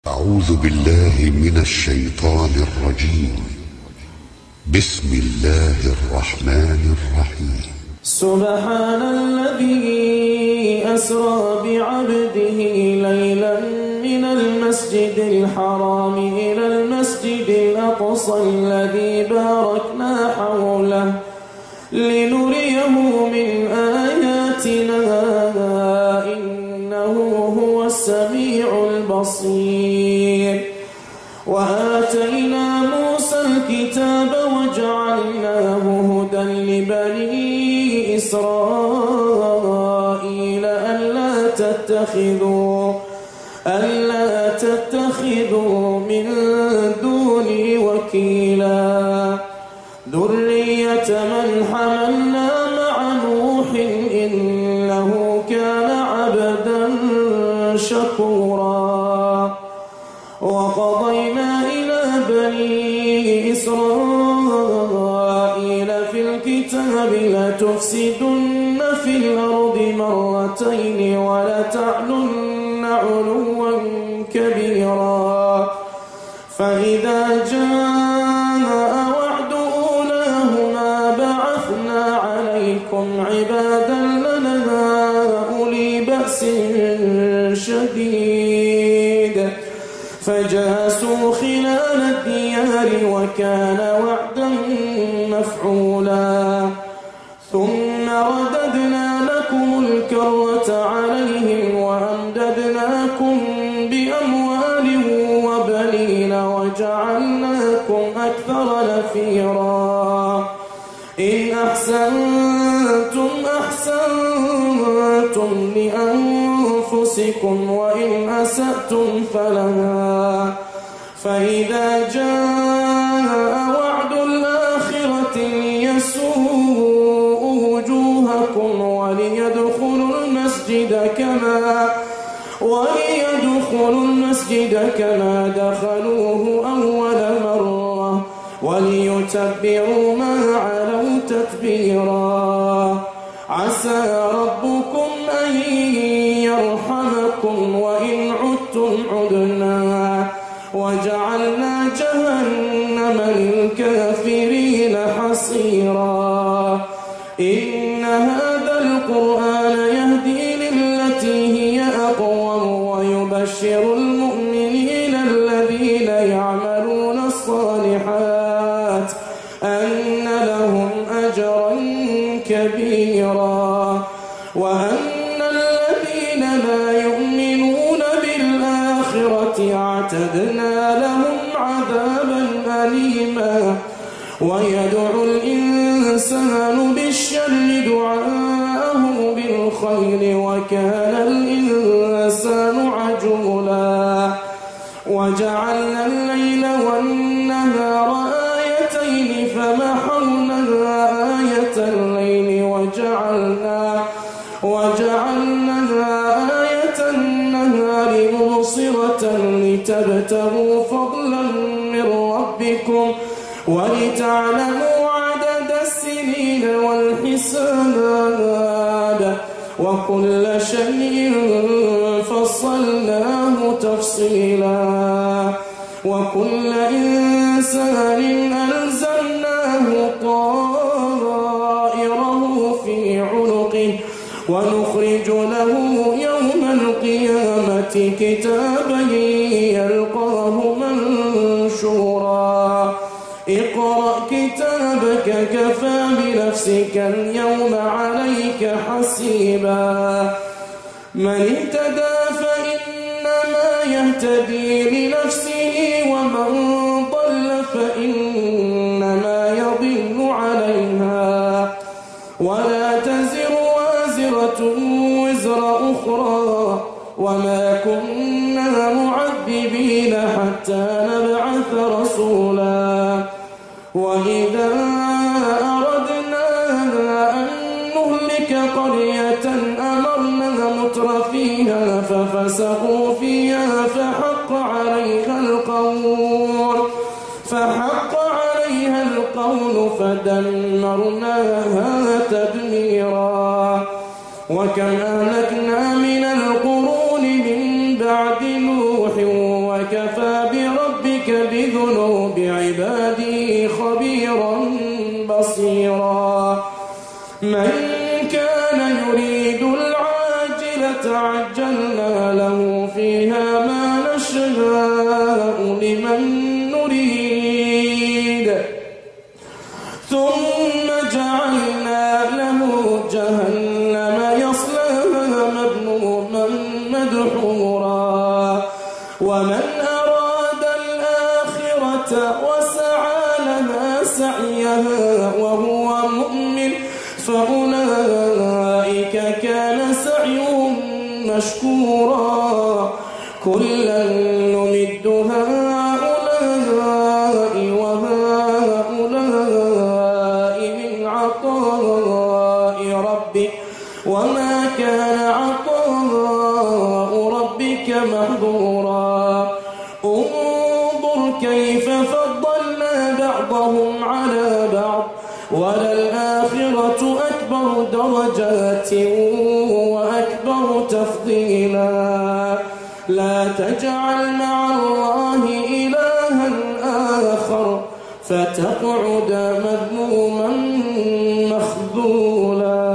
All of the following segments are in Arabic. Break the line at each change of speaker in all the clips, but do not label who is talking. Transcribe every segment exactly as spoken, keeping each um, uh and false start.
أعوذ بالله من الشيطان الرجيم. بسم الله الرحمن الرحيم.
سبحان الذي أسرى بعبده ليلا من المسجد الحرام إلى المسجد الأقصى الذي باركنا حوله لنريه من آياتنا إنه هو السميع البصير. وآتينا موسى الكتاب وجعلناه هدى لبني إسرائيل ألا تتخذوا ألا تتخذوا من دوني وكيلا ذرية من حملنا مع نوح إنه كان عبدا شكورا. وقضينا إلى بني إسرائيل في الكتاب لتفسدن في الأرض مرتين ولتعلن علوا كبيرا. فإذا جاء وعد أولاهما بعثنا عليكم عبادا لنا أولي بأس شديد فجاسوا خلال الديار وكان وعدا مفعولا. ثم رددنا لكم الكرة عليهم وأمددناكم بأموال وبنين وجعلناكم أكثر نفيرا. إن أحسنتم أحسنتم لأنفسكم وإن أسأتم فلها. فإذا جاء وعد الآخرة ليسوءوا وجوهكم وليدخلوا المسجد كما وليدخلوا المسجد كما دخلوه أول مرة وليتبروا ما علوا تتبيرا. عسى ربكم أن يرحمكم وإن عدتم عدنا وجعلنا جهنم للكافرين حصيرا. إن هذا القرآن يهدي للتي هي أقوم ويبشر المؤمنين الذين يعملون الصالحات أن لهم أجرا كبيرا وأن الذين لا يؤمنون بالآخرة اعتدنا لهم عذابا أليما. ويدعو الإنسان بالشر دعاءه بالخير وكان الإنسان عجولا. وجعلنا الليل والنهار آيتين فمحونا آية الليل وجعلنا وجعلنا آية النهار مبصرة لتبتغوا فضلا من ربكم ولتعلموا عدد السنين والحساب وكل شيء فصلناه تفصيلا. وكل إنسان ألزمناه طائره في عنقه ونخرج له يوم القيامة كتابا يلقاه منشورا. اقرأ كتابك كفى بنفسك اليوم عليك حسيبا. من اهتدى فإنما يهتدي لنفسه ومن ضل فإنما يضل عليها ولا تزر وازرة وزر أخرى وما كنا معذبين حتى نبعث رسولا. وإذا أردنا أن نهلك قرية أمرنا متر فيها ففسقوا فيها فحق عليها القول فحق عليها القول فدمرناها تدميرا. وكم أهلكنا من القرون من بعد نوح كفى بربك بذنوب عباده خبيرا بصيرا من كان يريد العاجلة عجلنا له فيها ما نشاء لمن نريد ثم جعلنا له جهنم يصلاها مذموما مدحورا ومن أراد الآخرة وسعى لها سعيها وهو مؤمن فأولئك كان سعيهم مشكورا كلا نمد هؤلاء وهؤلاء من عطاء ربك وما كان عطاء ربك محظورا انظر كيف فضلنا بعضهم على بعض وللآخرة أكبر درجات وأكبر تفضيلا لا تجعل مع الله إلها آخر فتقعد مذموما مخذولا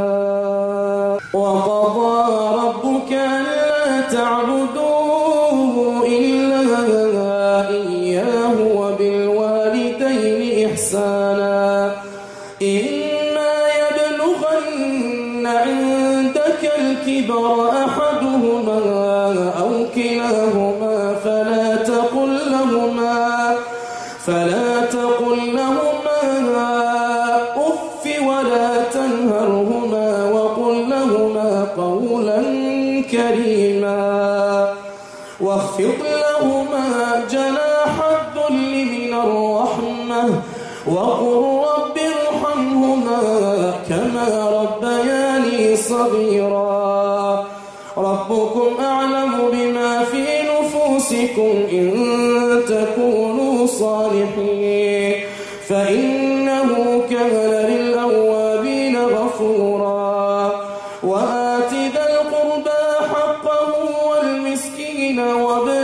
وقضى ربك ألا تعبدوا إلا إياه وبالوالدين إحسانا إما يبلغن عندك الكبر أحدهما أو كلاهما فلا تقل لهما فلا تقل لهما أف ولا تنهرهما وقل لهما قولا كريما واخفض لهما جناح الذل من الرحمة وقل رب ارحمهما كما ربياني صغيرا ربكم أعلم بما في نفوسكم إن تكونوا صالحين فإنه كان للأوابين غفورا وآت ذا القربى حقه والمسكين وابن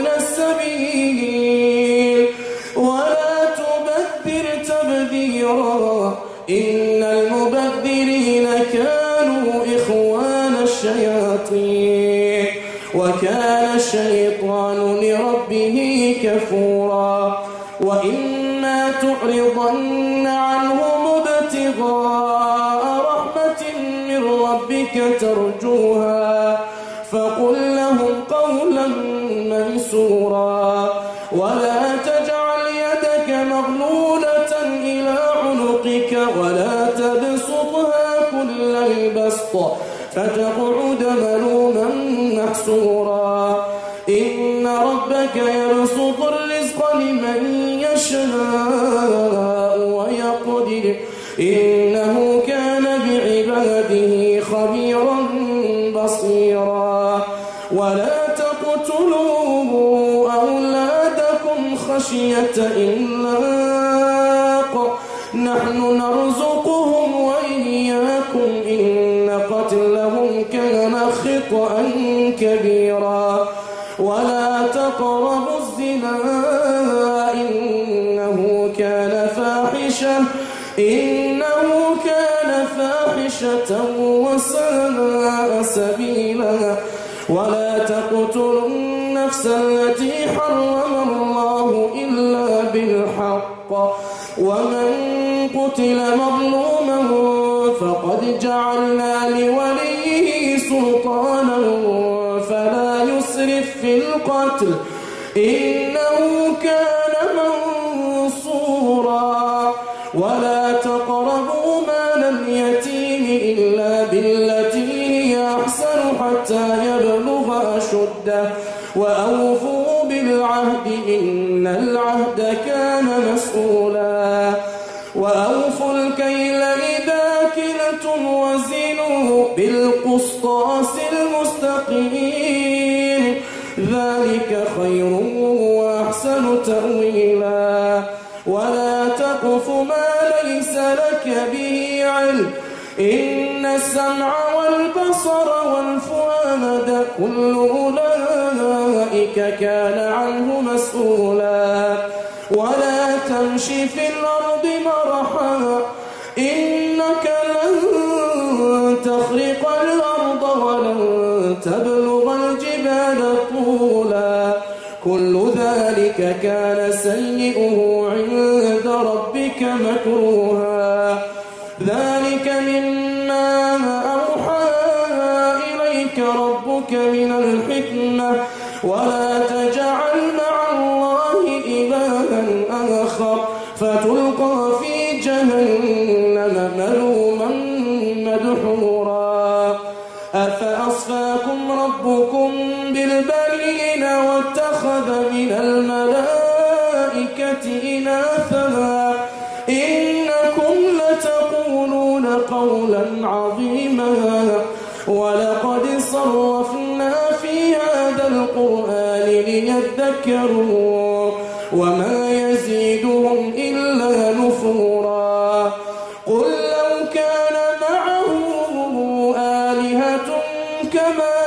السبيل ولا تبذر تبذيرا إن المبذرين كانوا إخوان الشياطين وكان الشيطان لربه كفورا وإما تعرضن عنهم ابتغاء رحمة من ربك ترجوها فقل لهم قولا ميسورا ولا تجعل يدك مغلولة إلى عنقك ولا تبسطها كل البسط فتقعد ملوما محسورا إن ربك يبسط الرزق لمن يشاء ويقدر إنه كان بعباده خبيرا بصيرا ولا تقتلوا أولادكم خشية إملاق نحن نرزقهم وإياكم إن قتلهم كان خطأ كبيرا ولا تقربوا الزنا إنه كان فاحشة إنه كان فاحشة وساء سبيلا ولا تقتلوا النفس التي حرم الله إلا بالحق ومن قتل مظلوما فقد جعلنا لوليه سلطانا فلا يسرف في القتل إنه كان منصورا ولا تقربوا مال اليتيم إلا بالتي هي أحسن حتى يبلغ أشده وأوفوا بالعهد إن العهد كان مسؤولا وأوفوا الكيل إذا كلتم وزنوا بالقسطاس المستقيم ذلك خير وأحسن تأويلا ولا تقف ما ليس لك به علم إن السمع والبصر والفؤاد كل أولئك كان عنه مسؤولا ولا تمش في الأرض مرحا إنك لن تخرق الأرض ولن تبلغ الجبال طولا كل ذلك كان سيئه عند ربك مكروها ذلك مما أوحى إليك ربك من الحكمة ولا تجعل مع الله إلها آخر فتلقى في جهنم ملوما مدحورا أفأصفاكم ربكم بالبنين واتخذ من الملائكة إناثا إنكم لتقولون قولا عظيما ولقد صرفنا في هذا القرآن ليذكروا وما يزيدهم إلا نفورا قل لو كان معه آلهة كما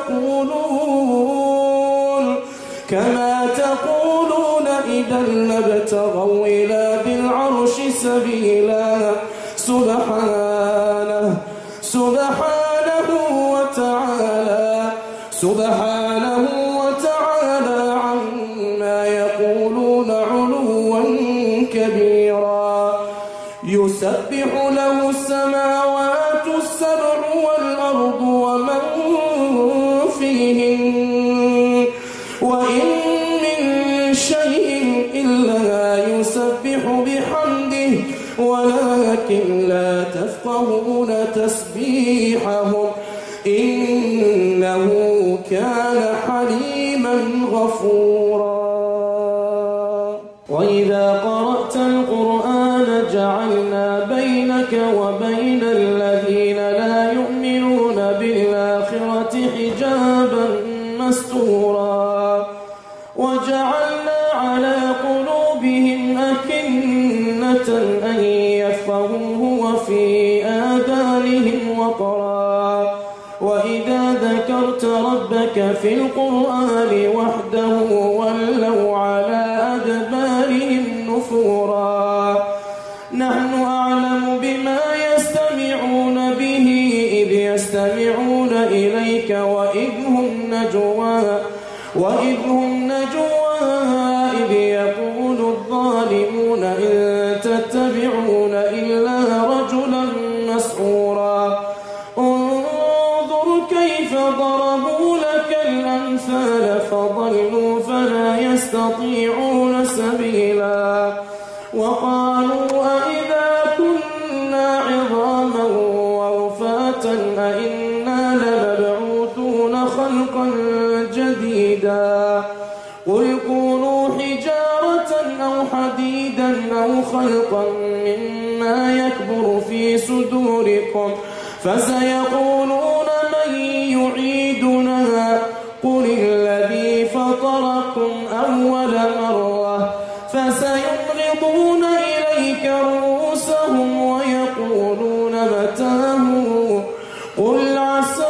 تقولون كما تقولون إذا لابتغوا إلى ذي العرش سبيلا سبحانه سبحانه وتعالى سبحانه وتعالى عما يقولون علوا كبيرا يسبح له السماوات السبع والأرض ومن فيهن وإن من شيء إلا يسبح بحمده ولكن لا تفقهون تسبيحهم إنه كان حليما غفورا وإذا قرأت القرآن جعلنا بينك وبين الذين لا يؤمنون بالآخرة حجابا مستورا وجعلنا على قلوبهم أكنة أن يفقهوه وفي آذانهم وقرا وإذا ذكرت ربك في القرآن وحده ولوا على أدبارهم نفورا نحن أعلم بما يستمعون به إذ يستمعون إليك وإذ هم نجوى وإذ هم نجوى إذ يقول الظالمون إن تتبعون إلا رجلا مسحورا انظر كيف ضربوا لك الأمثال فضلوا فلا يستطيعون سبيلا وقالوا أئذا كنا عظاما ورفاتا أئنا لمبعوثون خلقا جديدا قل كونوا حجارة أو حديدا أو خلقا مما يكبر في صدوركم فسيقولون من يعيدنا قل الذي فطركم أول مرة فسيقرضون إليك رؤوسهم ويقولون متاه قل عسى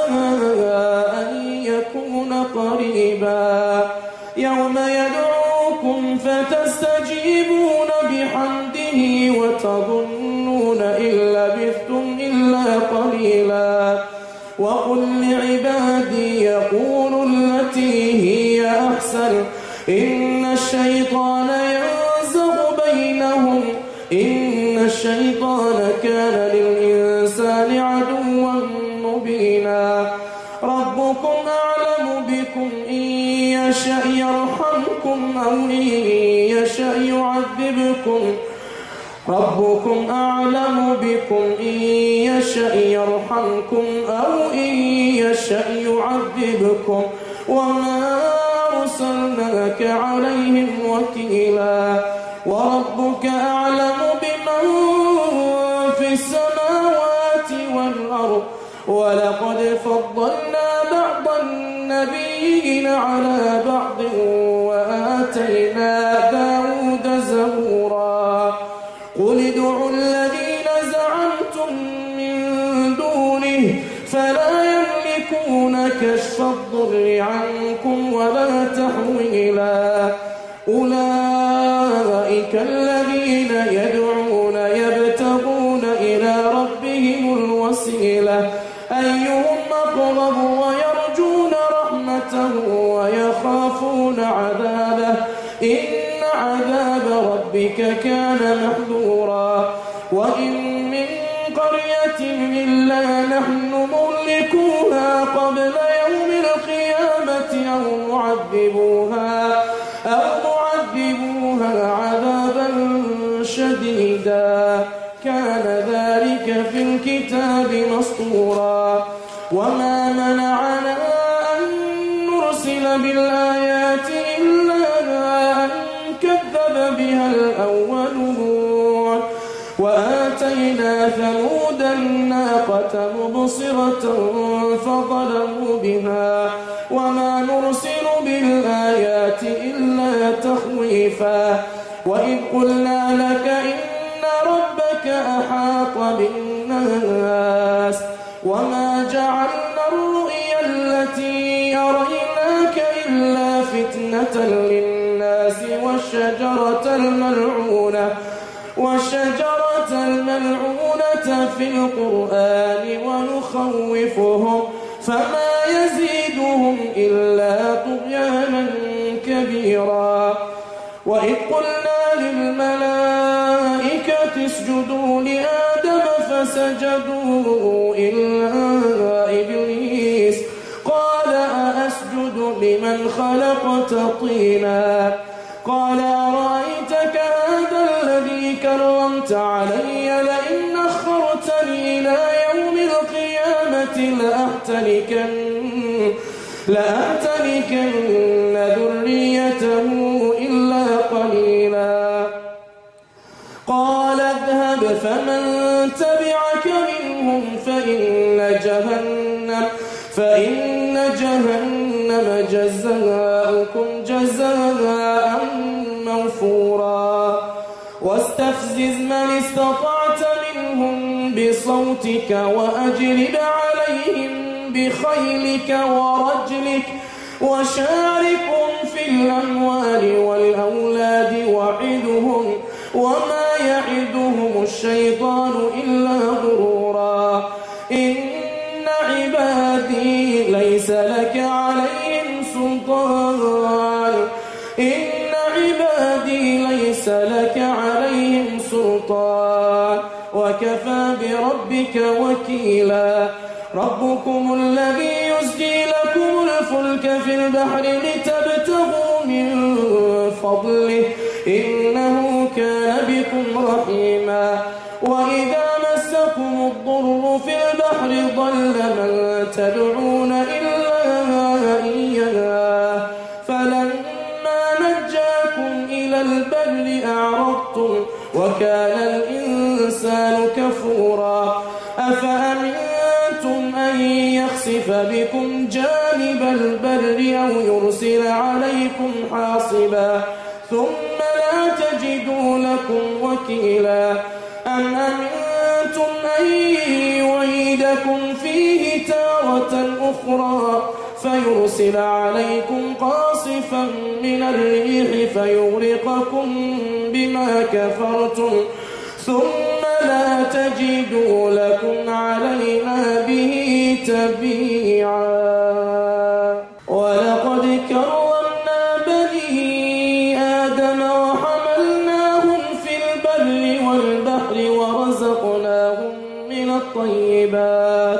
أن يكون قريبا يوم يدعوكم فتستجيبون بحمده وتظنون إن لبثتم إلا قليلا وقل لعبادي يقولوا التي هي أحسن إن الشيطان ينزغ بينهم إن الشيطان كان للإنسان عدوا مبينا ربكم أعلم بكم إن يشأ يرحمكم أو إن يشأ يعذبكم ربكم أعلم بكم إن يشأ يرحمكم أو إن يشأ يعذبكم وما أرسلناك عليهم وكيلا وربك أعلم بمن في السماوات والأرض ولقد فضلنا بعض النبيين على بعض وآتينا داود زبورا قل ادعوا الذين زعمتم من ولا تحويلا أولئك الذين يدعون يبتغون إلى ربهم الوسيلة أيهم أقرب ويرجون رحمته ويخافون عذابه إن عذاب ربك كان محذورا وإن من قرية إلا نحن مهلكوها قبل يوم القيامة أو معذبوها أو معذبوها عذابا شديدا كان ذلك في الكتاب مسطورا وما منعنا أن نرسل بالآيات إلا أن كذب بها الأولون وآتينا ثمود الناقة مبصرة فظلموا بها وما نرسل بالآيات إلا تخويفا وإذ قلنا لك إن ربك أحاط بالناس وما جعلنا الرؤيا التي أريناك إلا فتنة للناس والشجرة الملعونة والشجرة الملعونة في القرآن ونخوفهم فما يزيدهم إلا طغيانا كبيرا وإذ قلنا للملائكة اسجدوا لآدم فسجدوا إلا إبليس قال أأسجد لمن خلقت طينا قال أرأيتك هذا الذي كرمت علي لئن أخرتني إلى يوم القيامة لأحتركن لأحتركن ذريته إلا قليلا قال اذهب فمن تبعك منهم فإن جهنم فإن جهنم جزاؤكم جزاء موفورا واستفزز من استطعت منهم بصوتك وأجلب عليهم بخيلك ورجلك وشاركهم في الأموال والأولاد وعدهم وما يعدهم الشيطان إلا غرورا إن عبادي ليس لك عليهم سلطان إن عبادي ليس لك عليهم سلطان وكفى بربك وكيلا ربكم الذي يزجي لكم الفلك في البحر لتبتغوا من فضله إنه كان بكم رحيما وإذا مسكم الضر في البحر ضل من تدعون إلا إياه فلما نجاكم إلى البر أعرضتم وكان الإنسان كفورا أفأمنتم أن يخسف بكم جانب البر أو يرسل عليكم حاصبا ثم لا تجدوا لكم وكيلا أم أمنتم أن يعيدكم فيه تارة أخرى فيرسل عليكم قاصفا من الريح فيغرقكم بما كفرتم ثم لا تجدوا لكم علينا به تبيعا ولقد كرمنا بني آدم وحملناهم في البر والبحر ورزقناهم من الطيبات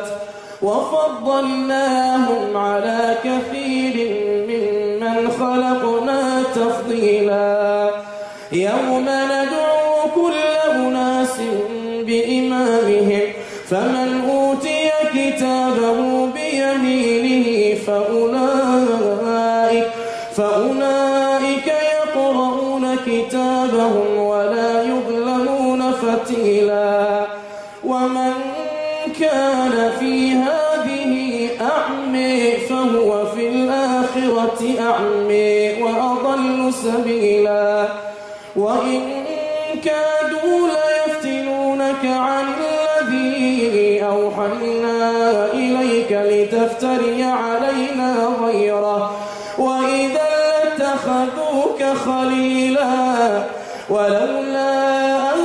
وفضلناهم على كثير ممن خلقنا تفضيلا يوم ندعو كل أناس بإمامهم فمن أوتي كتابه بيمينه فأولئك, فأولئك يقرؤون كتابهم ولا يظلمون فتيلا ومن كان في هذه أعمى فهو في الآخرة أعمى وأضل سبيلا وإن كادوا ليفتنونك عن الذي أوحينا إليك لتفتري علينا غيره وإن اتخذوك خليلا ولولا أن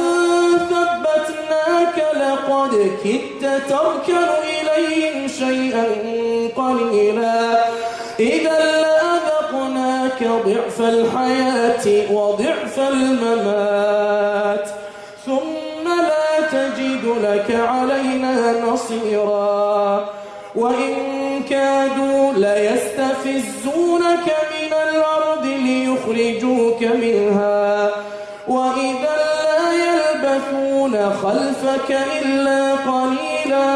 ثبتناك لقد كدت تركن إليهم شيئا قليلا إذا لأذقناك ضعف الحياة وضعف الممات ثم لا تجد لك علينا نصيرا وإن كادوا ليستفزونك من الأرض ليخرجوك منها وإذا لا يلبثون خلفك إلا قليلا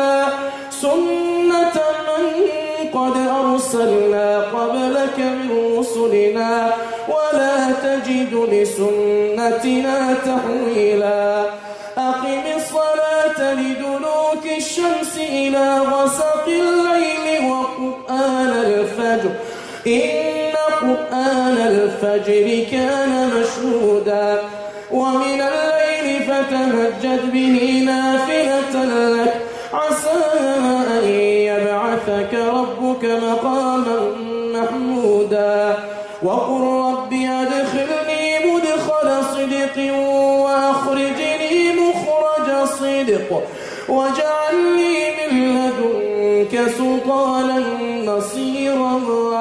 سنة من قد أرسلنا قبلك من رسلنا ولا تجد لسنتنا تحويلا أقم الصلاة لدلوك الشمس إلى غسق الليل وقرآن الفجر إن قرآن الفجر كان مشهودا ومن الليل فتهجد به نافلة لك عسى أن يبعثك ربك مقاما محمودا وقل رب أدخلني مدخل صدق وأخرجني مخرج صدق واجعل لي من لدنك سلطانا نصيرا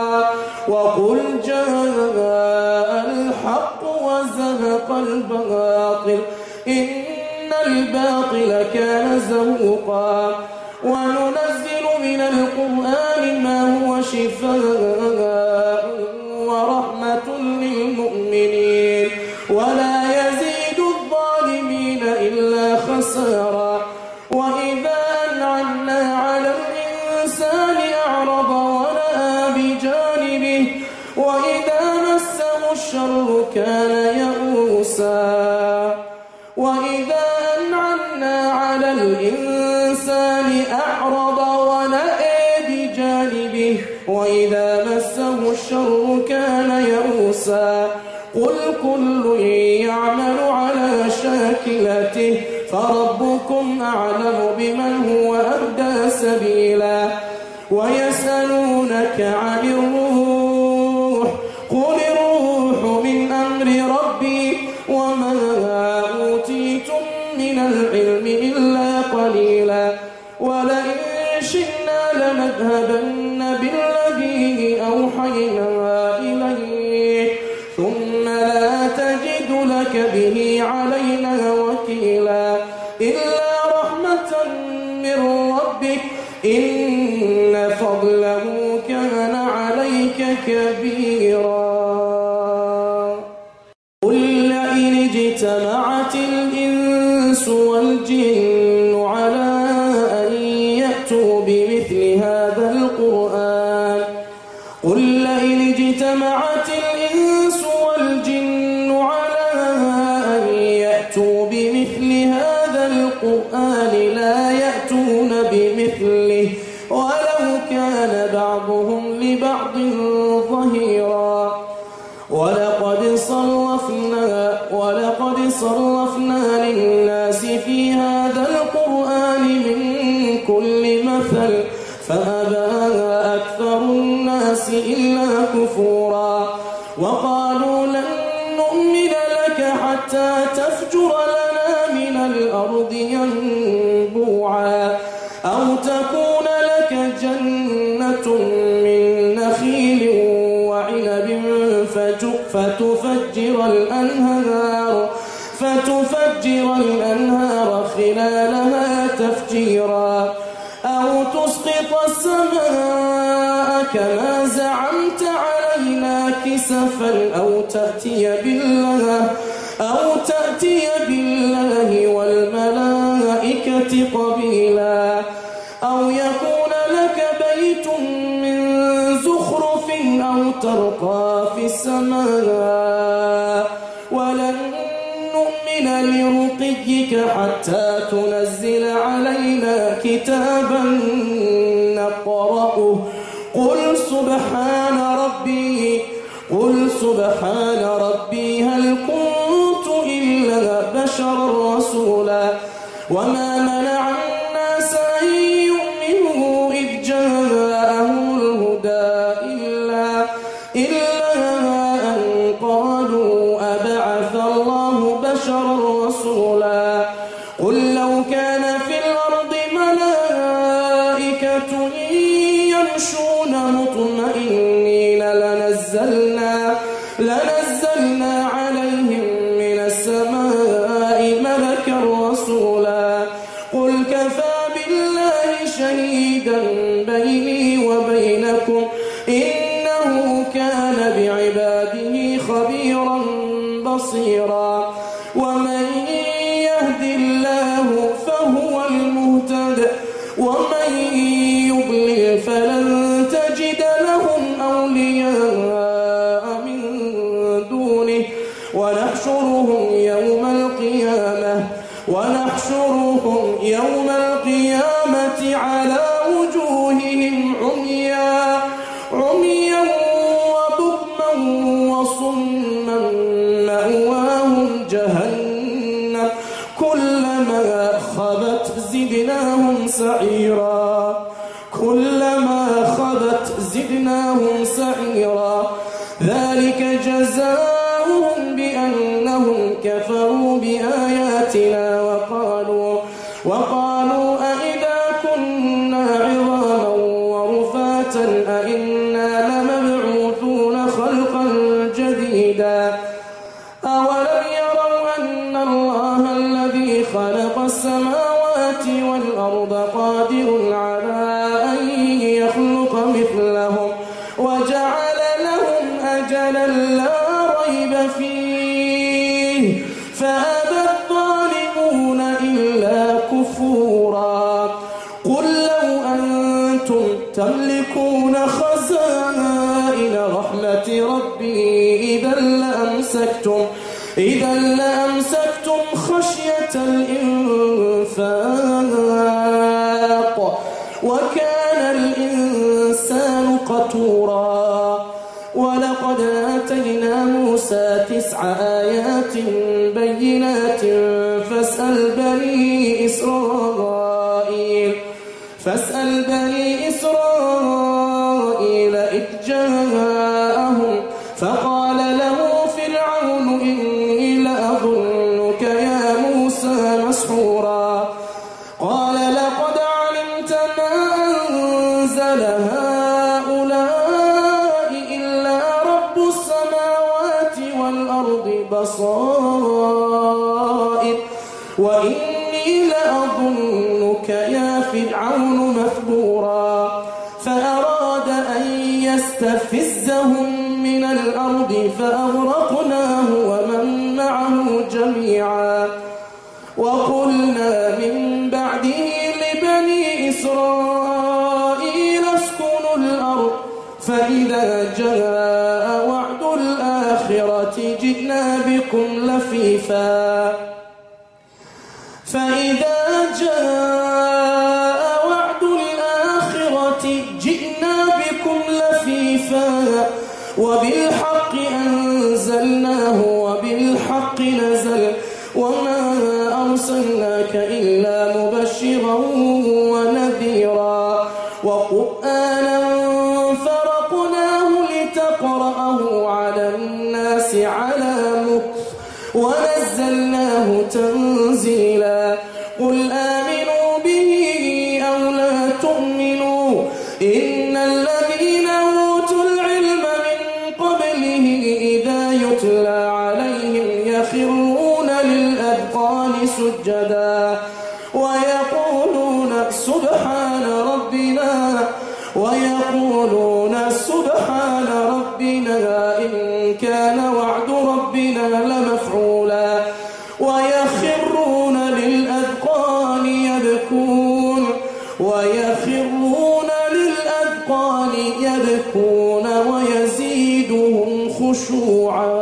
وقل جاء الحق وزهق الباطل إن الباطل كان زهوقا وننزل من القرآن ما هو شفاء ورحمة للمؤمنين ولا يزيد الظالمين إلا خسارا وإذا أنعمنا على الإنسان أعرض ونأى بجانبه وإذا مسه الشر كان يئوسا وإذا أنعمنا على الإنسان أعرض ونأى بجانبه وإذا مسه الشر كان يئوسا قل كل يعمل على شاكلته فربكم أعلم بمن هو أهدى سبيلا ويسألونك عن الروح قل الروح من أمر ربي وما أوتيتم من العلم إلا قليلا ولئن شئنا لنذهبن بالذي أوحينا إليك ثم لا تجد لك به علينا وكيلا إلا رحمة من ربك إن فضله كان عليك كبيرا قل لئن اجتمعت الإنس والجن على أن يأتوا بمثل هذا القرآن قل لئن اجتمعت الإنس والجن على أن يأتوا بمثل هذا القرآن لا يأتون بمثله ولو كان بعضهم لبعض ظهيرا ولقد صرفنا ولقد صرفنا للناس في هذا القرآن من كل مثل فأبى أكثر الناس إلا كفورا وقالوا لن نؤمن لك حتى تفجر لنا من الأرض ينبوعا أو تكون لك جنة من نخيل وعنب فتفجر الأنهار فتفجر الأنهار خلالها تفجيرا أو تسقط السماء كما زعمت علينا كسفا أو تأتي بالله أو تأتي بالله والملائكة قبيلا أو يكون لك بيت من زخرف أو ترقى في السماء ولن نؤمن لرقيك حتى تنزل علينا كتابا نقرأه قل سبحان ربي قل سبحان ربي هل كنت إلا بشرا رسولا وما منع الناس أن يؤمنوا إذ جاءهم الهدى إلا إلا أن بعث الله بشرا رسولا قل لو كان في الأرض ملائكة يمشون مطمئنين لنزلنا, لنزلنا عليهم من السماء ملكا رسولا قل كفى بالله شهيدا بيني وبينكم إنه كان بعباده خبيرا بصيرا ومن يهد الله فهو المهتد ومن يضلل فلن تجد لهم أولياء من دونه ونحشرهم يوم القيامة ونحشرهم يوم القيامة على وجوههم عميا عميا وبكما وصما مأواهم جهنم كلما خبت زدناهم سعيرا كلما خبت زدناهم سعيرا ذلك جزاؤهم بأنهم كفروا بآياتنا وقالوا وقالوا أئذا كنا عظاما ورفاتا أئنا لمبعوثون خلقا جديدا أولم يروا أن الله الذي خلق السماوات والأرض قادر على أن يخلق مثلهم وجعل لهم أجلا لا ريب فيه فأبى الظالمون إلا كفورا قل لو أنتم تملكون خزائن رحمة ربي إذا لأمسكتم إذا لأمسكتم خشية الإنفاق وكان الإنسان قتورا ولقد آتينا موسى تسع آيات بينات فاسأل بني إسرائيل فاسأل بني إسرائيل إذ جاءهم فقال له فرعون إني لأظنك يا موسى مسحورا قال لقد علمت ما أنزل هؤلاء إلا رب السماوات والأرض بصائر وإني لأظنك يا فرعون مثبورا فأراد أن يستفزهم من الأرض فأغرقناه ومن معه جميعا وقلنا من بعده لبني إسرائيل اسكنوا الأرض فإذا جاء وعد الآخرة جئنا بكم لفيفا فإذا جاء وعد الآخرة جئنا بكم لفيفا وبالحق أنزلناه وبالحق نزل وما أرسلناك إلا مبشرا ونذيرا وقرآنا فرقناه لتقرأه على الناس على مكث ونزلناه تنزيلا قل آمنوا به أو لا تؤمنوا إن الذين أوتوا العلم من قبله إذا يتلى عليهم يخرون للأذقان سجدا ويقولون سبحان ربنا ويقولون سبحان ربنا إن كان وعد ربنا لمفعولا ويخرون للأذقان يبكون ويخرون للأذقان يبكون ويزيدهم خشوعا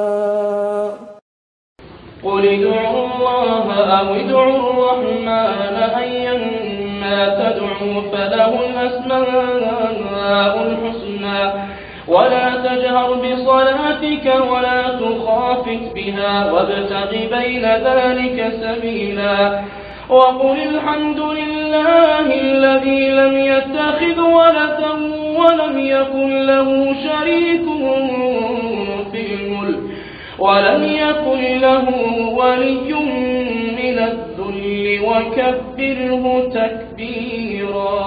قل ادعوا الله أو ادعوا الرحمن أيما تدعوا فله الأسماء الحسنى ولا تجهر بصلاتك ولا تخافت بها وابتغ بين ذلك سبيلا وقل الحمد لله الذي لم يتخذ ولدا ولم يكن له شريك في الملك ولم يكن له ولي من الذل وكبره تكبيرا.